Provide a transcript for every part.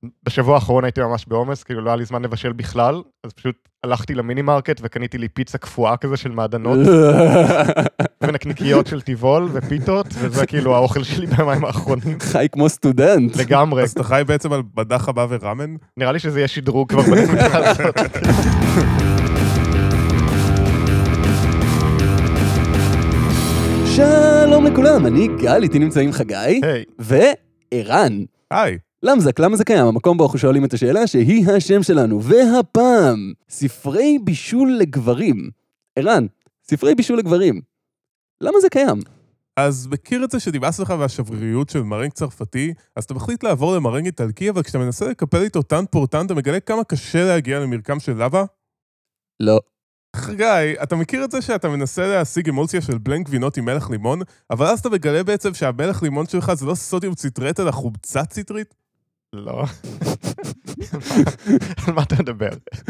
בשבוע האחרון הייתי ממש בעומס, כאילו לא היה לי זמן לבשל בכלל, אז פשוט הלכתי למיני מרקט וקניתי לי פיצה קפואה כזה של מעדנות, ונקניקיות של טיבול ופיתות, וזה כאילו האוכל שלי בימים האחרונים. חי כמו סטודנט. לגמרי. אז אתה חי בעצם על בדח חמה ורמן? נראה לי שזה יהיה שדרוג כבר בנקודה הזאת. שלום לכולם, אני גל, איתי נמצאים חגי, היי. וערן. היי. למזק, למה זה קיים? המקום בו אנחנו שואלים את השאלה שהיא השם שלנו, והפעם, ספרי בישול לגברים. ערן, ספרי בישול לגברים. למה זה קיים? אז מכיר את זה שדיבס לך והשבריריות של מרנג צרפתי, אז אתה מחליט לעבור למרנג איטלקי, אבל כשאתה מנסה לקפל איתו טן פורטן, אתה מגלה כמה קשה להגיע למרקם של לבה? לא. חגי, אתה מכיר את זה שאתה מנסה להשיג אמולסיה של בלנק גבינות עם מלח לימון, אבל אז אתה מגלה בעצם שהמלח לימון שלך זה לא סודיום ציטרט, אלא חומצה ציטרית? לא. על מה אתה מדבר?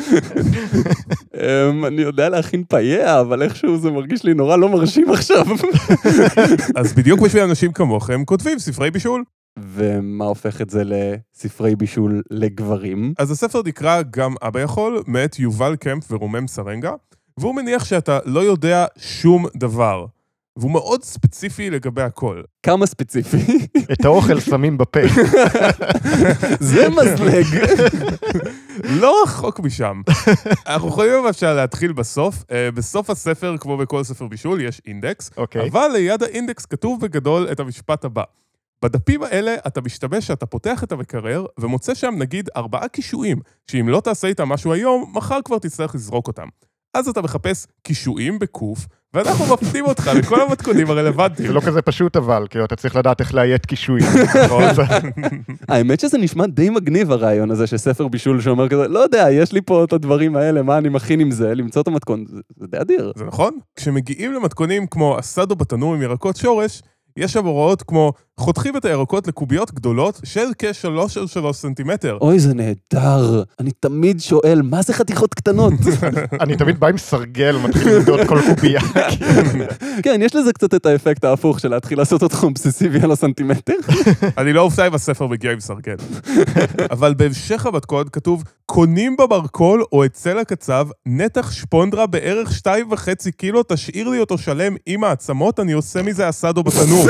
אני יודע להכין פאיה, אבל איכשהו זה מרגיש לי נורא לא מרשים עכשיו. אז בדיוק בשביל אנשים כמוכם כותבים ספרי בישול. ומה הופך את זה לספרי בישול לגברים? אז הספר נקרא גם אבא יכול, מאת יובל קמפ ורומם סרנגה, והוא מניח שאתה לא יודע שום דבר. והוא מאוד ספציפי לגבי הכל. כמה ספציפי? את האוכל שמים בפה. זה מזלג. לא רחוק משם. אנחנו יכולים אפשר להתחיל בסוף. בסוף הספר, כמו בכל ספר בישול, יש אינדקס, אבל ליד האינדקס כתוב בגדול את המשפט הבא. בדפים האלה אתה משתמש שאתה פותח את המקרר ומוצא שם נגיד 4 קישואים, שאם לא תעשה איתם משהו היום, מחר כבר תצטרך לזרוק אותם. אז אתה מחפש קישואים בקוף, ואנחנו מפנים אותך לכל המתכונים הרלוונטיים. זה לא כזה פשוט אבל, כאילו אתה צריך לדעת איך לאיית קישואים. האמת שזה נשמע די מגניב הרעיון הזה שספר בישול שאומר כזה, לא יודע, יש לי פה את הדברים האלה, מה אני מכין עם זה, למצוא את המתכון, זה די אדיר. זה נכון? כשמגיעים למתכונים כמו אסדו בתנור עם ירקות שורש, יש שם הוראות כמו חותכים את הירקות לקוביות גדולות של כ3 סנטימטר. אוי, זה נהדר. אני תמיד שואל, מה זה חתיכות קטנות? אני תמיד בא עם סרגל, מתחיל למדוד כל קובייה. כן, יש לזה קצת את האפקט ההפוך של להתחיל לעשות אותך אובססיבי על הסנטימטר. אני לא אופתע אם הספר מגיע עם סרגל. אבל בהמשך המתכון כתוב, קונים במרכול או אצל הקצב, נתח שפונדרה בערך 2.5 קילו, תשאיר לי אותו שלם עם העצמות, אני עושה מזה אסדו בתנור.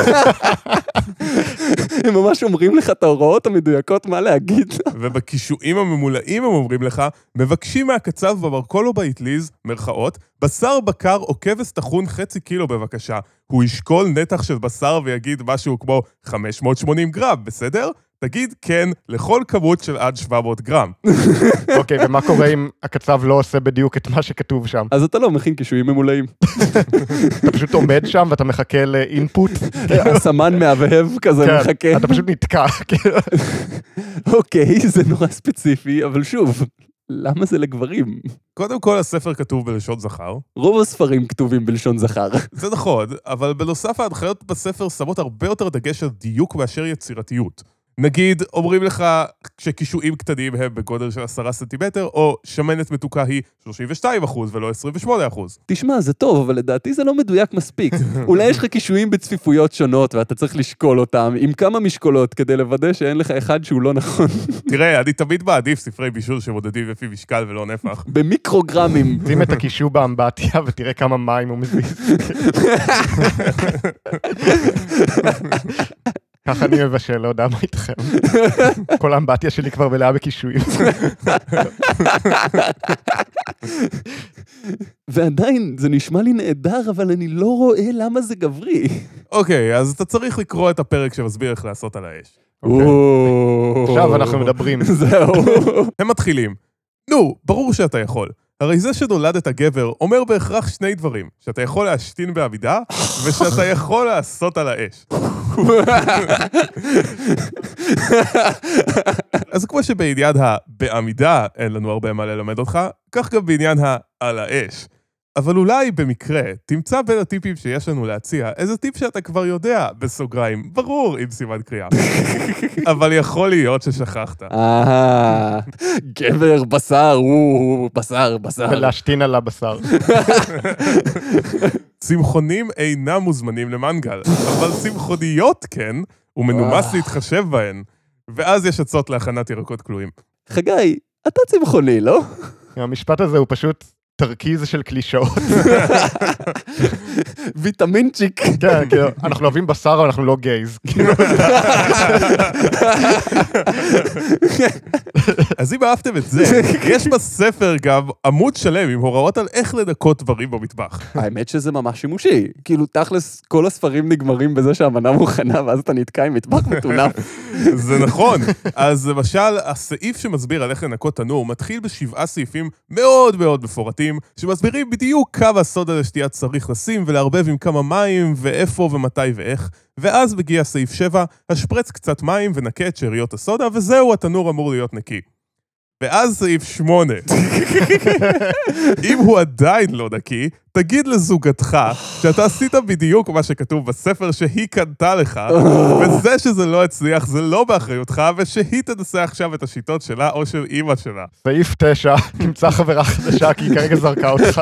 הם ממש אומרים לך את ההוראות המדויקות מה להגיד. ובקישואים הממולאים הם אומרים לך, מבקשים מהקצב במרכול או באטליז, מרכאות, בשר בקר או כבש טחון 0.5 קילו בבקשה. הוא ישקול נתח של בשר ויגיד משהו כמו 580 גרם, בסדר? תגיד כן לכל כמות של עד 700 גרם. אוקיי, ומה קורה אם הקצב לא עושה בדיוק את מה שכתוב שם? אז אתה לא מכין קישואים ממולאים. אתה פשוט עומד שם ואתה מחכה לאינפוט. הסמן מהבהב כזה מחכה. אתה פשוט נתקע. אוקיי, זה נורא ספציפי, אבל שוב, למה זה לגברים? קודם כל הספר כתוב בלשון זכר. רוב הספרים כתובים בלשון זכר. זה נכון, אבל בנוסף ההנחיות בספר שמות הרבה יותר דגש על דיוק מאשר יצירתיות. נגיד, אומרים לך שקישואים קטנים הם בגודל של 10 סנטימטר, או שמנת מתוקה היא 32% ולא 28%. תשמע, זה טוב, אבל לדעתי זה לא מדויק מספיק. אולי יש לך קישואים בצפיפויות שונות, ואתה צריך לשקול אותם עם כמה משקולות, כדי לוודא שאין לך אחד שהוא לא נכון. תראה, אני תמיד מעדיף ספרי בישול שמודדים לפי משקל ולא נפח. במיקרוגרמים. שים את הקישור באמבטיה ותראה כמה מים הוא מזיז. ככה אני מבשל, לא יודע מה איתכם. כל האמבטיה שלי כבר מלאה בקישואים. ועדיין, זה נשמע לי נהדר, אבל אני לא רואה למה זה גברי. אוקיי, אז אתה צריך לקרוא את הפרק שמסביר איך לעשות על האש. עכשיו אנחנו מדברים. זהו. הם מתחילים. נו, ברור שאתה יכול. הרי זה שנולדת גבר אומר בהכרח 2 דברים, שאתה יכול להשתין בעמידה, ושאתה יכול לעשות על האש. אז כמו שבעניין בעמידה אין לנו הרבה מה ללמד אותך, כך גם בעניין על האש. אבל אולי במקרה תמצא בין הטיפים שיש לנו להציע איזה טיפ שאתה כבר יודע, בסוגריים, ברור עם סימן קריאה. אבל יכול להיות ששכחת. גבר, בשר, בשר, בשר. ולהשתין על הבשר. צמחונים אינם מוזמנים למנגל, אבל צמחוניות כן, ומנומס להתחשב בהן. ואז יש עצות להכנת ירקות כלואים. חגי, אתה צמחוני, לא? המשפט הזה הוא פשוט תרכיז של קלישאות. ויטמינצ'יק. כן, כאילו, אנחנו אוהבים בשר, אבל אנחנו לא גייז. אז אם אהבתם את זה, יש בספר גם עמוד שלם עם הוראות על איך לנקות דברים במטבח. האמת שזה ממש שימושי. כאילו, תכלס, כל הספרים נגמרים בזה שהמנה מוכנה, ואז אתה נתקע עם מטבח מטונף. זה נכון. אז למשל, הסעיף שמסביר על איך לנקות תנור מתחיל ב7 סעיפים מאוד מאוד מפורטים, שמסבירים בדיוק כמה סודה לשתייה צריך לשים ולערבב עם כמה מים ואיפה ומתי ואיך. ואז מגיע סעיף 7, השפרץ קצת מים ונקה את שאריות הסודה, וזהו, התנור אמור להיות נקי. ואז סעיף 8. אם הוא עדיין לא נקי, תגיד לזוגתך שאתה עשית בדיוק מה שכתוב בספר שהיא קנתה לך, וזה שזה לא הצליח זה לא באחריותך, ושהיא תנסה עכשיו את השיטות שלה או של אמא שלה. סעיף 9, נמצא חברה חדשה כי היא כרגע זרקה אותך.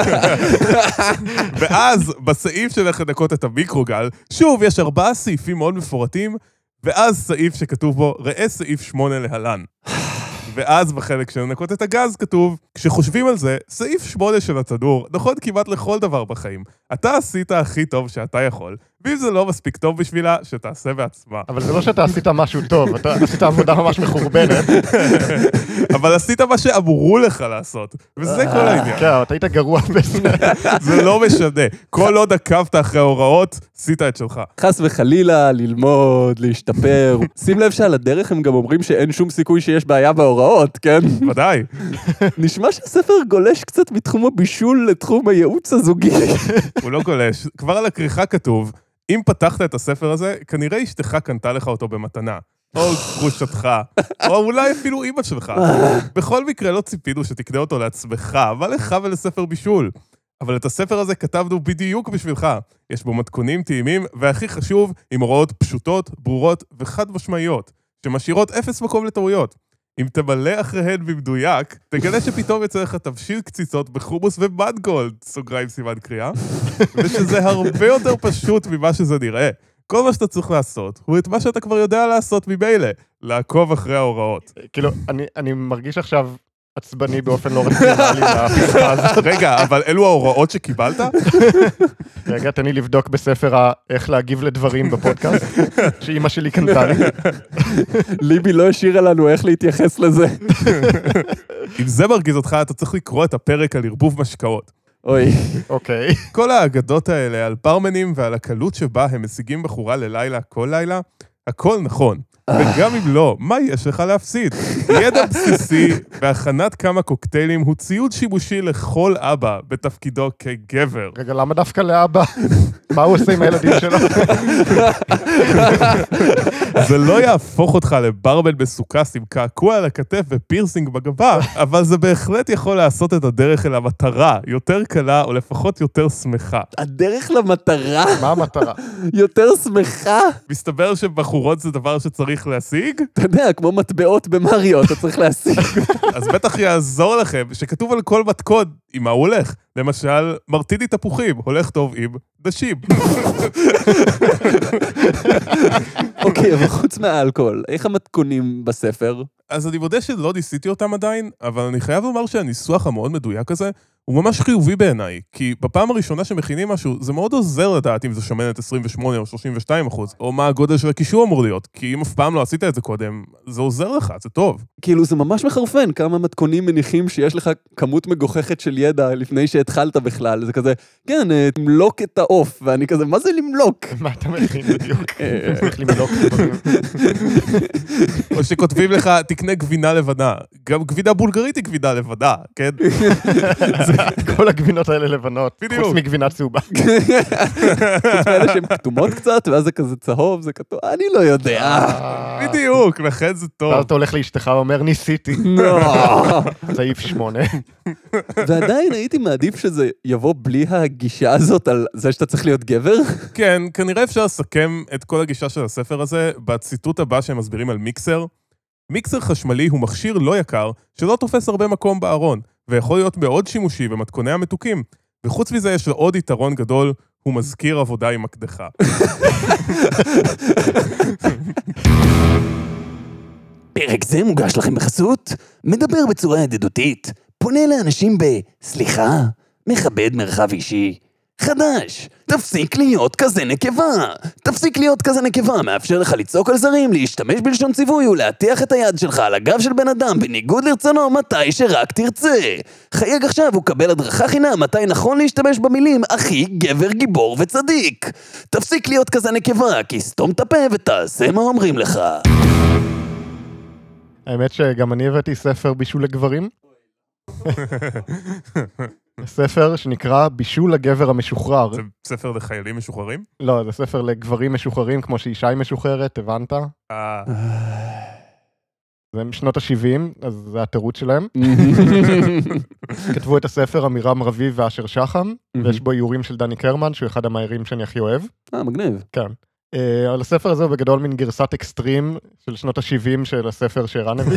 ואז בסעיף של איך לנקות את המיקרוגל, שוב יש 4 סעיפים מאוד מפורטים, ואז סעיף שכתוב בו, ראה סעיף 8 להלן. ואז בחלק של לנקות את הגז כתוב, כשחושבים על זה, סעיף 8 של התנור נכון כמעט לכל דבר בחיים. אתה עשית הכי טוב שאתה יכול, ואם זה לא מספיק טוב בשבילה, שתעשה בעצמה. אבל זה לא שאתה עשית משהו טוב, אתה עשית עבודה ממש מחורבנת. אבל עשית מה שאמרו לך לעשות, וזה כל העניין. כן, אתה היית גרוע בזה. זה לא משנה. כל עוד עקבת אחרי ההוראות, עשית את שלך. חס וחלילה, ללמוד, להשתפר. שים לב שעל הדרך הם גם אומרים שאין שום סיכוי שיש בעיה בהוראות, כן? ודאי. נשמע שהספר גולש קצת מתחום הבישול לתחום הייעוץ הזוגי. הוא לא גולש. כבר על הכריכה כתוב, אם פתחת את הספר הזה, כנראה אשתך קנתה לך אותו במתנה. או גרושתך, או אולי אפילו אמא שלך. בכל מקרה לא ציפינו שתקנה אותו לעצמך, אבל לך ולספר בישול. אבל את הספר הזה כתבנו בדיוק בשבילך. יש בו מתכונים טעימים, והכי חשוב, עם הוראות פשוטות, ברורות וחד משמעיות, שמשאירות 0 מקום לטעויות. אם תמלא אחריהן במדויק, תגלה שפתאום יצא לך תבשיל קציצות בחומוס ומנגולד, סוגריים סימן קריאה, ושזה הרבה יותר פשוט ממה שזה נראה. כל מה שאתה צריך לעשות, הוא את מה שאתה כבר יודע לעשות ממילא, לעקוב אחרי ההוראות. כאילו, אני מרגיש עכשיו עצבני באופן לא רציונלי מהפסקה הזאת. רגע, אבל אלו ההוראות שקיבלת? רגע, תן לי לבדוק בספר איך להגיב לדברים בפודקאסט, שאמא שלי קנתה לי. ליבי לא השאירה לנו איך להתייחס לזה. אם זה מרגיז אותך, אתה צריך לקרוא את הפרק על ערבוב משקאות. אוי. אוקיי. כל האגדות האלה על ברמנים ועל הקלות שבה הם משיגים בחורה ללילה כל לילה, הכל נכון. וגם אם לא, מה יש לך להפסיד? ידע בסיסי והכנת כמה קוקטיילים הוא ציוד שימושי לכל אבא בתפקידו כגבר. רגע, למה דווקא לאבא? מה הוא עושה עם הילדים שלו? זה לא יהפוך אותך לברמן מסוכס עם קעקוע על הכתף ופירסינג בגבה, אבל זה בהחלט יכול לעשות את הדרך אל המטרה, יותר קלה או לפחות יותר שמחה. הדרך למטרה? מה המטרה? יותר שמחה? מסתבר שבחורות זה דבר שצריך להשיג? אתה יודע, כמו מטבעות במריו, אתה צריך להשיג. אז בטח יעזור לכם שכתוב על כל מתכון עם מה הוא הולך. למשל, מרטיני תפוחים, הולך טוב עם נשים. אוקיי, אבל חוץ מהאלכוהול, איך המתכונים בספר? אז אני מודה שלא ניסיתי אותם עדיין, אבל אני חייב לומר שהניסוח המאוד מדויק הזה, הוא ממש חיובי בעיניי, כי בפעם הראשונה שמכינים משהו, זה מאוד עוזר לדעת אם זה שמנת 28 או 32%, או מה הגודל של הקישור אמור להיות, כי אם אף פעם לא עשית את זה קודם, זה עוזר לך, זה טוב. כאילו זה ממש מחרפן, כמה מתכונים מניחים שיש לך כמות מגוחכת של ידע לפני שהתחלת בכלל, זה כזה, כן, תמלוק את העוף, ואני כזה, מה זה למלוק? מה אתה מכין בדיוק? צריך למלוק דברים. או שכותבים לך, תקנה גבינה לבנה, גם גבינה בולגרית היא גבינה לבנה, כן? כל הגבינות האלה לבנות, בדיוק. חוץ מגבינה צהובה. חוץ מאלה שהן כתומות קצת, ואז זה כזה צהוב, זה כתוב, אני לא יודע. בדיוק, לכן זה טוב. ואז אתה הולך לאשתך ואומר, ניסיתי. סעיף 8. ועדיין הייתי מעדיף שזה יבוא בלי הגישה הזאת על זה שאתה צריך להיות גבר. כן, כנראה אפשר לסכם את כל הגישה של הספר הזה בציטוט הבא שהם מסבירים על מיקסר. מיקסר חשמלי הוא מכשיר לא יקר שלא תופס הרבה מקום בארון, ויכול להיות מאוד שימושי במתכוני המתוקים. וחוץ מזה יש לו עוד יתרון גדול, הוא מזכיר עבודה עם מקדחה. פרק זה מוגש לכם בחסות, מדבר בצורה ידידותית, פונה לאנשים סליחה, מכבד מרחב אישי. חדש, תפסיק להיות כזה נקבה. תפסיק להיות כזה נקבה מאפשר לך לצעוק על זרים, להשתמש בלשון ציווי ולהטיח את היד שלך על הגב של בן אדם בניגוד לרצונו מתי שרק תרצה. חייג עכשיו וקבל הדרכה חינם מתי נכון להשתמש במילים אחי, גבר, גיבור וצדיק. תפסיק להיות כזה נקבה, כי סתום את הפה ותעשה מה אומרים לך. האמת שגם אני הבאתי ספר בישול לגברים. ספר שנקרא בישול לגבר המשוחרר. זה ספר לחיילים משוחררים? לא, זה ספר לגברים משוחררים, כמו שאישה היא משוחררת, הבנת? זה משנות ה-70, אז זה התירוץ שלהם. כתבו את הספר אמירם רביב ואשר שחם, ויש בו איורים של דני קרמן, שהוא אחד המאיירים שאני הכי אוהב. מגניב. כן. אבל הספר הזה הוא בגדול מין גרסת אקסטרים של שנות ה-70 של הספר שערן הביא.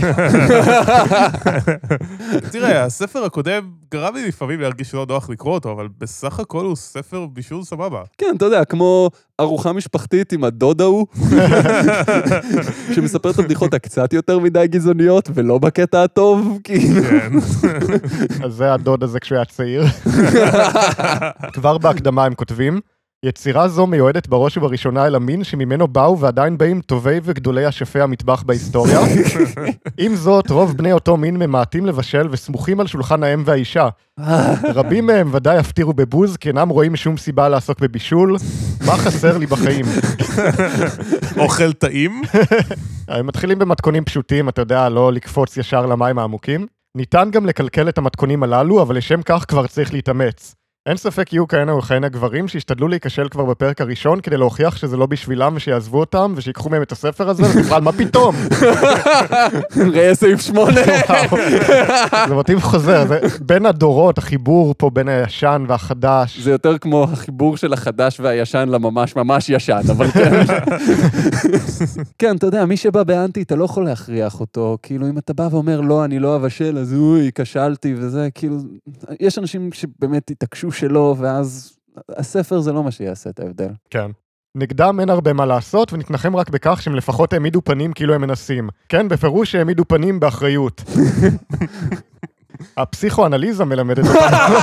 תראה, הספר הקודם גרם לי לפעמים להרגיש לא נוח לקרוא אותו, אבל בסך הכל הוא ספר בישול סבבה. כן, אתה יודע, כמו ארוחה משפחתית עם הדודה הוא, שמספר את הבדיחות הקצת יותר מדי גזעניות, ולא בקטע הטוב, כאילו. כן. אז זה הדוד הזה כשהוא היה צעיר. כבר בהקדמה הם כותבים, יצירה זו מיועדת בראש ובראשונה אל המין שממנו באו ועדיין באים טובי וגדולי השפי המטבח בהיסטוריה. עם זאת, רוב בני אותו מין ממעטים לבשל וסמוכים על שולחן האם והאישה. רבים מהם ודאי הפתירו בבוז, כי אינם רואים שום סיבה לעסוק בבישול. מה חסר לי בחיים? אוכל טעים? הם מתחילים במתכונים פשוטים, אתה יודע, לא לקפוץ ישר למים העמוקים. ניתן גם לקלקל את המתכונים הללו, אבל לשם כך כבר צריך להתאמץ. אין ספק יהיו כהנה וכהנה גברים שהשתדלו להיכשל כבר בפרק הראשון כדי להוכיח שזה לא בשבילם ושיעזבו אותם ושיקחו מהם את הספר הזה ובכלל מה פתאום? ראה סעיף 8. זה מוטיב חוזר, זה בין הדורות, החיבור פה בין הישן והחדש. זה יותר כמו החיבור של החדש והישן לממש ממש ישן, אבל כן. כן, אתה יודע, מי שבא באנטי, אתה לא יכול להכריח אותו, כאילו אם אתה בא ואומר לא, אני לא אבשל, אז אוי, כשלתי וזה, כאילו, יש אנשים שבאמת התעקשו שלו, ואז הספר זה לא מה שיעשה את ההבדל. כן. נגדם אין הרבה מה לעשות, ונתנחם רק בכך שהם לפחות העמידו פנים כאילו הם מנסים. כן, בפירוש שהעמידו פנים באחריות. הפסיכואנליזה מלמדת אותנו.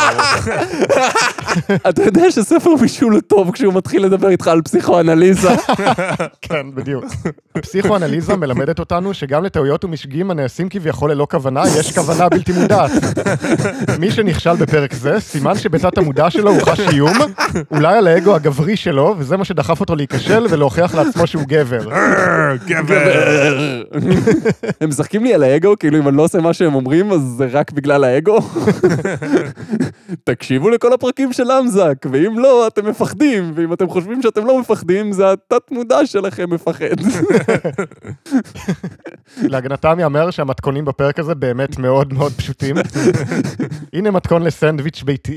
אתה יודע שספר בישול הוא טוב כשהוא מתחיל לדבר איתך על פסיכואנליזה. כן, בדיוק. הפסיכואנליזה מלמדת אותנו שגם לטעויות ומשגים הנעשים כביכול ללא כוונה, יש כוונה בלתי מודעת. מי שנכשל בפרק זה, סימן שבתת המודע שלו הוא חש איום, אולי על האגו הגברי שלו, וזה מה שדחף אותו להיכשל ולהוכיח לעצמו שהוא גבר. גבר. הם משחקים לי על האגו, כאילו אם אני לא עושה מה שהם אומרים, אז זה רק בגלל האגו. תקשיבו לכל הפרקים של אמזק, ואם לא, אתם מפחדים, ואם אתם חושבים שאתם לא מפחדים, זה התת מודע שלכם מפחד. להגנתם יאמר שהמתכונים בפרק הזה באמת מאוד מאוד פשוטים. הנה מתכון לסנדוויץ' ביתי.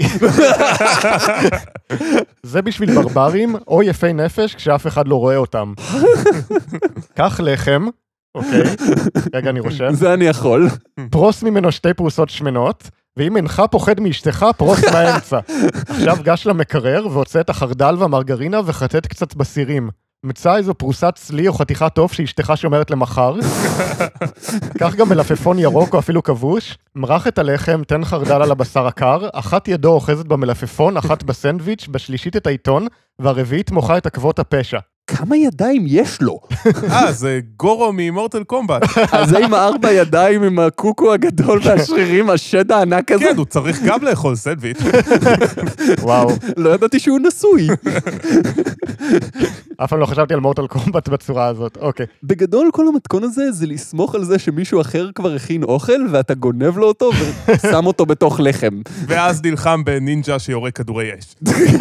זה בשביל ברברים או יפי נפש כשאף אחד לא רואה אותם. קח לחם, אוקיי, רגע אני רושם. זה אני יכול. פרוס ממנו 2 פרוסות שמנות, ואם אינך פוחד מאשתך, פרוס מהאמצע. עכשיו גש למקרר והוצא את החרדל והמרגרינה וחטט קצת בסירים. מצא איזו פרוסת צלי או חתיכת עוף שאשתך שומרת למחר. קח גם מלפפון ירוק או אפילו כבוש. מרח את הלחם, תן חרדל על הבשר הקר. אחת ידו אוחזת במלפפון, אחת בסנדוויץ', בשלישית את העיתון, והרביעית מוחה את עקבות הפשע. כמה ידיים יש לו? זה גורו ממורטל קומבט. אז זה עם 4 ידיים, עם הקוקו הגדול והשרירים, השד הענק הזה? כן, הוא צריך גם לאכול סנדוויץ'. וואו. לא ידעתי שהוא נשוי. אף פעם לא חשבתי על מורטל קומבט בצורה הזאת, אוקיי. בגדול כל המתכון הזה זה לסמוך על זה שמישהו אחר כבר הכין אוכל, ואתה גונב לו אותו ושם אותו בתוך לחם. ואז נלחם בנינג'ה שיורה כדורי אש.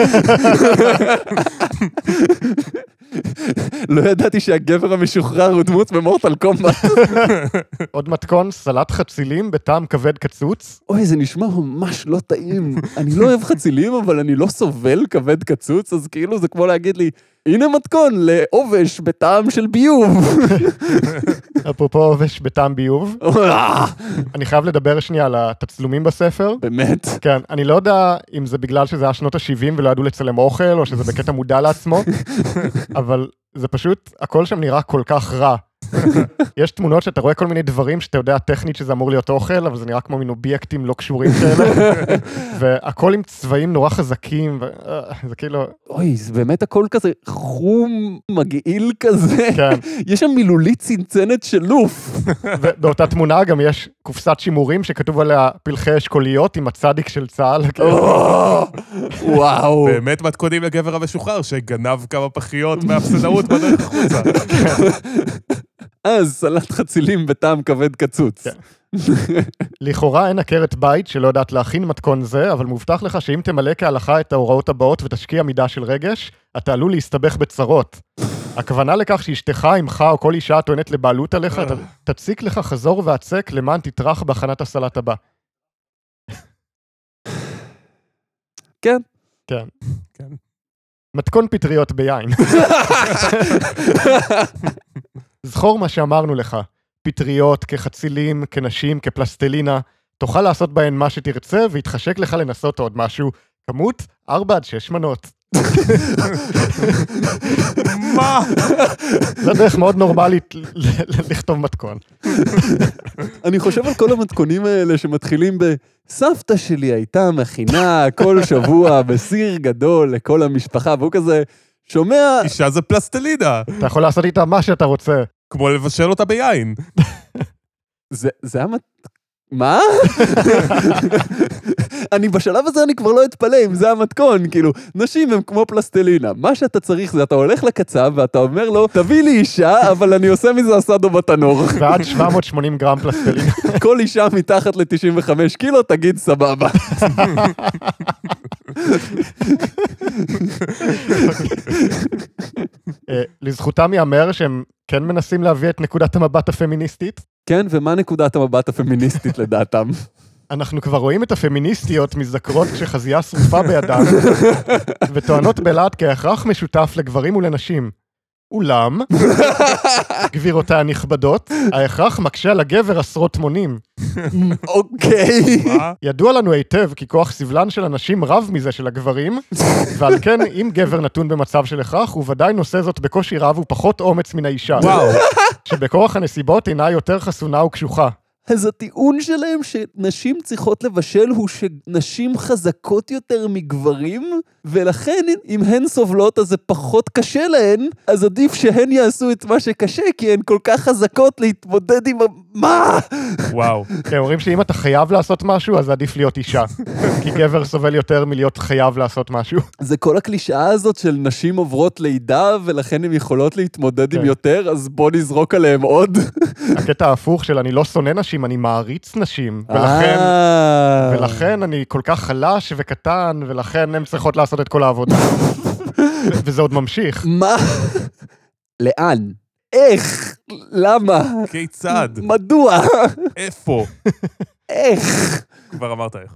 לא ידעתי שהגבר המשוחרר הוא דמות במורטל קומבט. עוד מתכון, סלט חצילים בטעם כבד קצוץ. אוי, זה נשמע ממש לא טעים. אני לא אוהב חצילים, אבל אני לא סובל כבד קצוץ, אז כאילו זה כמו להגיד לי, הנה מתכון לעובש בטעם של ביוב. אפרופו עובש בטעם ביוב. אני חייב לדבר שנייה על התצלומים בספר. באמת? כן, אני לא יודע אם זה בגלל שזה היה שנות ה-70 ולא ידעו לצלם אוכל, או שזה בקטע מודע לעצמו, אבל זה פשוט, הכל שם נראה כל כך רע. יש תמונות שאתה רואה כל מיני דברים שאתה יודע טכנית שזה אמור להיות אוכל, אבל זה נראה כמו מין אובייקטים לא קשורים כאלה, והכל עם צבעים נורא חזקים, זה כאילו... אוי, זה באמת הכל כזה חום, מגעיל כזה. כן. יש שם מילולית צנצנת של לוף. ובאותה תמונה גם יש קופסת שימורים שכתוב עליה פלחי אשכוליות עם הצדיק של צה"ל. וואו. באמת מתכונים לגבר המשוחרר שגנב כמה פחיות מהפסדאות בדרך החוצה. אז סלט חצילים בטעם כבד קצוץ. לכאורה אין עקרת בית שלא יודעת להכין מתכון זה, אבל מובטח לך שאם תמלא כהלכה את ההוראות הבאות ותשקיע מידה של רגש, אתה עלול להסתבך בצרות. הכוונה לכך שאשתך, אמך או כל אישה הטוענת לבעלות עליך, תציק לך חזור ועצק למען תטרח בהכנת הסלט הבא. כן. כן. כן. מתכון פטריות ביין. זכור מה שאמרנו לך. פטריות, כחצילים, כנשים, כפלסטלינה, תוכל לעשות בהן מה שתרצה, והתחשק לך לנסות עוד משהו. כמות 4-6 מנות. מה? זה דרך מאוד נורמלית לכתוב מתכון. אני חושב על כל המתכונים האלה שמתחילים סבתא שלי הייתה מכינה כל שבוע בסיר גדול לכל המשפחה, והוא כזה שומע... אישה זה פלסטלינה. אתה יכול לעשות איתה מה שאתה רוצה. כמו לבשל אותה ביין. זה מה? אני בשלב הזה אני כבר לא אתפלא אם זה המתכון, כאילו, נשים הם כמו פלסטלינה. מה שאתה צריך זה, אתה הולך לקצב ואתה אומר לו, תביא לי אישה, אבל אני עושה מזה אסדו בתנור. ועד 780 גרם פלסטלינה. כל אישה מתחת ל-95 קילו, תגיד סבבה. לזכותם יאמר שהם כן מנסים להביא את נקודת המבט הפמיניסטית. כן, ומה נקודת המבט הפמיניסטית לדעתם? אנחנו כבר רואים את הפמיניסטיות מזכרות כשחזייה שרופה בידן, וטוענות בלעד כהכרח משותף לגברים ולנשים. אולם, גבירותיי הנכבדות, ההכרח מקשה על הגבר עשרות מונים. אוקיי. ידוע לנו היטב כי כוח סבלן של הנשים רב מזה של הגברים, ועל כן אם גבר נתון במצב של הכרח, הוא ודאי נושא זאת בקושי רב ופחות אומץ מן האישה. וואו. שבכוח הנסיבות אינה יותר חסונה וקשוחה. אז הטיעון שלהם שנשים צריכות לבשל הוא שנשים חזקות יותר מגברים, ולכן אם הן סובלות אז זה פחות קשה להן, אז עדיף שהן יעשו את מה שקשה, כי הן כל כך חזקות להתמודד עם מה? וואו. כן, אומרים שאם אתה חייב לעשות משהו, אז עדיף להיות אישה. כי גבר סובל יותר מלהיות חייב לעשות משהו. זה כל הקלישאה הזאת של נשים עוברות לידה, ולכן הן יכולות להתמודד עם יותר, אז בוא נזרוק עליהם עוד. הקטע ההפוך של אני לא שונא נשים, אני מעריץ נשים, ולכן אני כל כך חלש וקטן, ולכן הן צריכות לעשות את כל העבודה. וזה עוד ממשיך. מה? לאן? איך? למה? כיצד? מדוע? איפה? איך? כבר אמרת איך.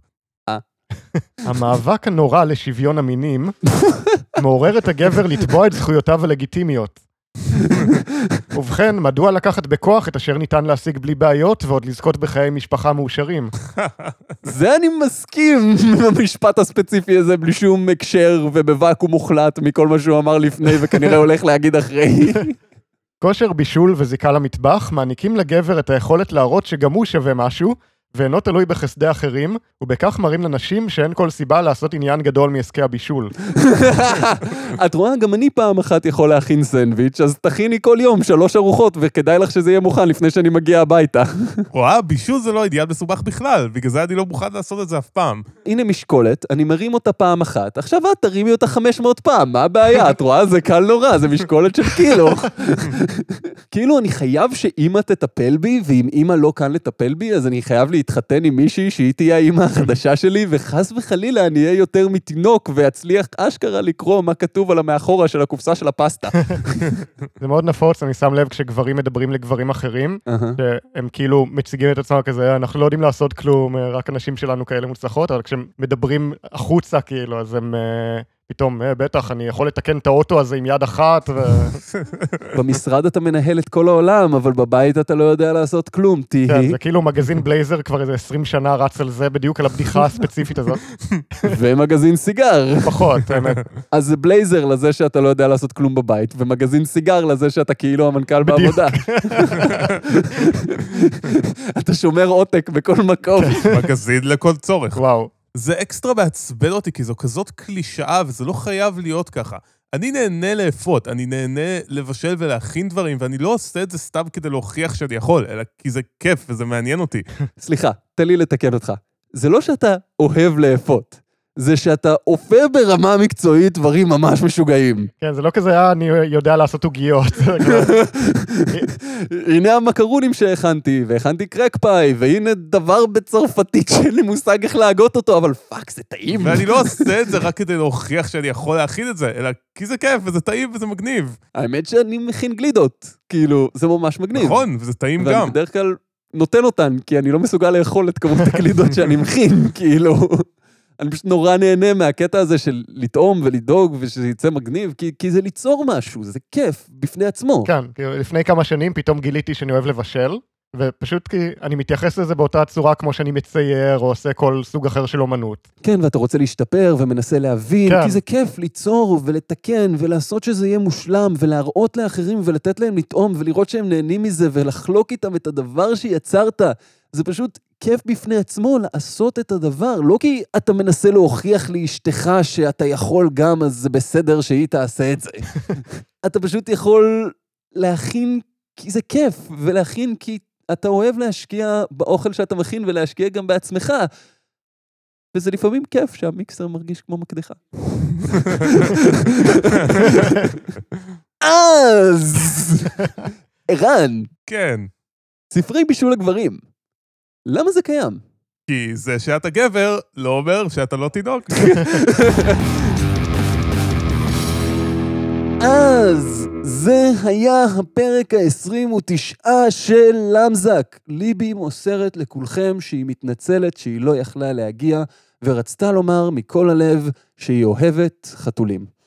המאבק הנורא לשוויון המינים מעורר את הגבר לתבוע את זכויותיו הלגיטימיות. ובכן, מדוע לקחת בכוח את אשר ניתן להשיג בלי בעיות ועוד לזכות בחיי משפחה מאושרים? זה אני מסכים עם המשפט הספציפי הזה בלי שום הקשר ובוואקום מוחלט מכל מה שהוא אמר לפני וכנראה הולך להגיד אחרי. כושר בישול וזיקה למטבח מעניקים לגבר את היכולת להראות שגם הוא שווה משהו, ואינו תלוי בחסדי אחרים, ובכך מראים לנשים שאין כל סיבה לעשות עניין גדול מעסקי הבישול. את רואה, גם אני פעם אחת יכול להכין סנדוויץ', אז תכיני כל יום 3 ארוחות, וכדאי לך שזה יהיה מוכן לפני שאני מגיע הביתה. וואה, בישול זה לא אידיאל מסובך בכלל, בגלל זה אני לא מוכן לעשות את זה אף פעם. הנה משקולת, אני מרים אותה פעם אחת, עכשיו את תרימי אותה 500 פעם, מה הבעיה? את רואה, זה קל נורא, זה משקולת של קילו. כאילו אני חייב שאמא תטפל בי, ואם אמא לא כאן לטפל בי, אז אני חייב להתחתן עם מישהי שהיא תהיה האמא החדשה שלי, וחס וחלילה אני אהיה יותר מתינוק, ואצליח אשכרה לקרוא מה כתוב על המאחורה של הקופסה של הפסטה. זה מאוד נפוץ, אני שם לב כשגברים מדברים לגברים אחרים, שהם כאילו מציגים את עצמם כזה, אנחנו לא יודעים לעשות כלום, רק אנשים שלנו כאלה מוצלחות, אבל כשהם מדברים החוצה כאילו, אז הם פתאום, בטח, אני יכול לתקן את האוטו הזה עם יד אחת. במשרד אתה מנהל את כל העולם, אבל בבית אתה לא יודע לעשות כלום, תהי. כן, זה כאילו מגזין בלייזר כבר איזה 20 שנה רץ על זה, בדיוק על הבדיחה הספציפית הזאת. ומגזין סיגר. פחות, האמת. אז זה בלייזר לזה שאתה לא יודע לעשות כלום בבית, ומגזין סיגר לזה שאתה כאילו המנכ"ל בעבודה. אתה שומר עותק בכל מקום. מגזין לכל צורך. וואו. זה אקסטרה מעצבן אותי, כי זו כזאת קלישאה, וזה לא חייב להיות ככה. אני נהנה לאפות, אני נהנה לבשל ולהכין דברים, ואני לא עושה את זה סתם כדי להוכיח שאני יכול, אלא כי זה כיף וזה מעניין אותי. סליחה, תן לי לתקן אותך. זה לא שאתה אוהב לאפות, זה שאתה אופה ברמה מקצועית דברים ממש משוגעים. כן, זה לא כזה, אני יודע לעשות עוגיות. הנה המקרונים שהכנתי, והכנתי קרק פאי, והנה דבר בצרפתית שאין לי מושג איך להגות אותו, אבל פאק, זה טעים. ואני לא עושה את זה רק כדי להוכיח שאני יכול להכין את זה, אלא כי זה כיף וזה טעים וזה מגניב. האמת שאני מכין גלידות, כאילו, זה ממש מגניב. נכון, וזה טעים גם. ואני בדרך כלל נותן אותן, כי אני לא מסוגל לאכול את כמות הגלידות שאני מכין, כאילו. אני פשוט נורא נהנה מהקטע הזה של לטעום ולדאוג ושזה יצא מגניב, כי זה ליצור משהו, זה כיף בפני עצמו. כן, לפני כמה שנים פתאום גיליתי שאני אוהב לבשל, ופשוט כי אני מתייחס לזה באותה צורה כמו שאני מצייר או עושה כל סוג אחר של אומנות. כן, ואתה רוצה להשתפר ומנסה להבין, כן. כי זה כיף ליצור ולתקן ולעשות שזה יהיה מושלם ולהראות לאחרים ולתת להם לטעום ולראות שהם נהנים מזה ולחלוק איתם את הדבר שיצרת. זה פשוט כיף בפני עצמו לעשות את הדבר, לא כי אתה מנסה להוכיח לאשתך שאתה יכול גם, אז זה בסדר שהיא תעשה את זה. אתה פשוט יכול להכין כי זה כיף, ולהכין כי אתה אוהב להשקיע באוכל שאתה מכין ולהשקיע גם בעצמך. וזה לפעמים כיף שהמיקסר מרגיש כמו מקדחה. אז! ערן. כן. ספרי בישול לגברים. למה זה קיים? כי זה שאתה גבר לא אומר שאתה לא תינוק. אז זה היה הפרק ה-29 של למזק. ליבי מוסרת לכולכם שהיא מתנצלת שהיא לא יכלה להגיע, ורצתה לומר מכל הלב שהיא אוהבת חתולים.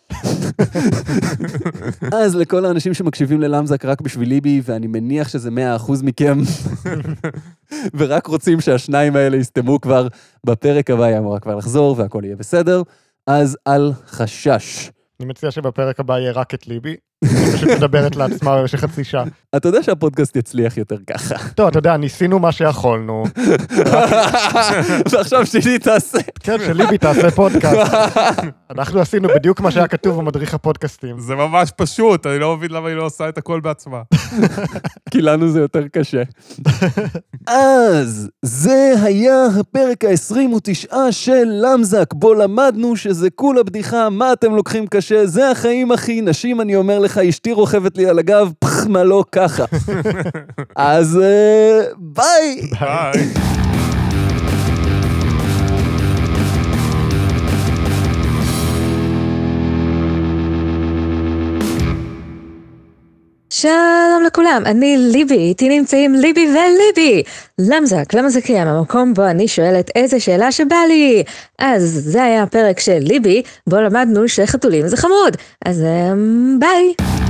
אז לכל האנשים שמקשיבים ללמזק רק בשביל ליבי, ואני מניח שזה 100% מכם, ורק רוצים שהשניים האלה יסתמו כבר, בפרק הבא היא אמורה כבר לחזור והכל יהיה בסדר, אז אל חשש. אני מציע שבפרק הבא יהיה רק את ליבי, פשוט מדברת לעצמה במשך חצי שעה. אתה יודע שהפודקאסט יצליח יותר ככה. טוב, אתה יודע, ניסינו מה שיכולנו. ועכשיו שלי תעשה. כן, שליבי תעשה פודקאסט. אנחנו עשינו בדיוק מה שהיה כתוב במדריך הפודקאסטים. זה ממש פשוט, אני לא מבין למה היא לא עושה את הכל בעצמה. כי לנו זה יותר קשה. אז זה היה הפרק ה-29 של למזק, בו למדנו שזה כולה בדיחה, מה אתם לוקחים קשה, זה החיים אחי, נשים אני אומר לך, אשתי רוכבת לי על הגב, מה לא ככה. אז ביי. ביי. שלום לכולם, אני ליבי, איתי נמצאים ליבי וליבי. למזק, למה זה קיים? המקום בו אני שואלת איזה שאלה שבא לי. אז זה היה הפרק של ליבי, בו למדנו שחתולים זה חמוד. אז ביי.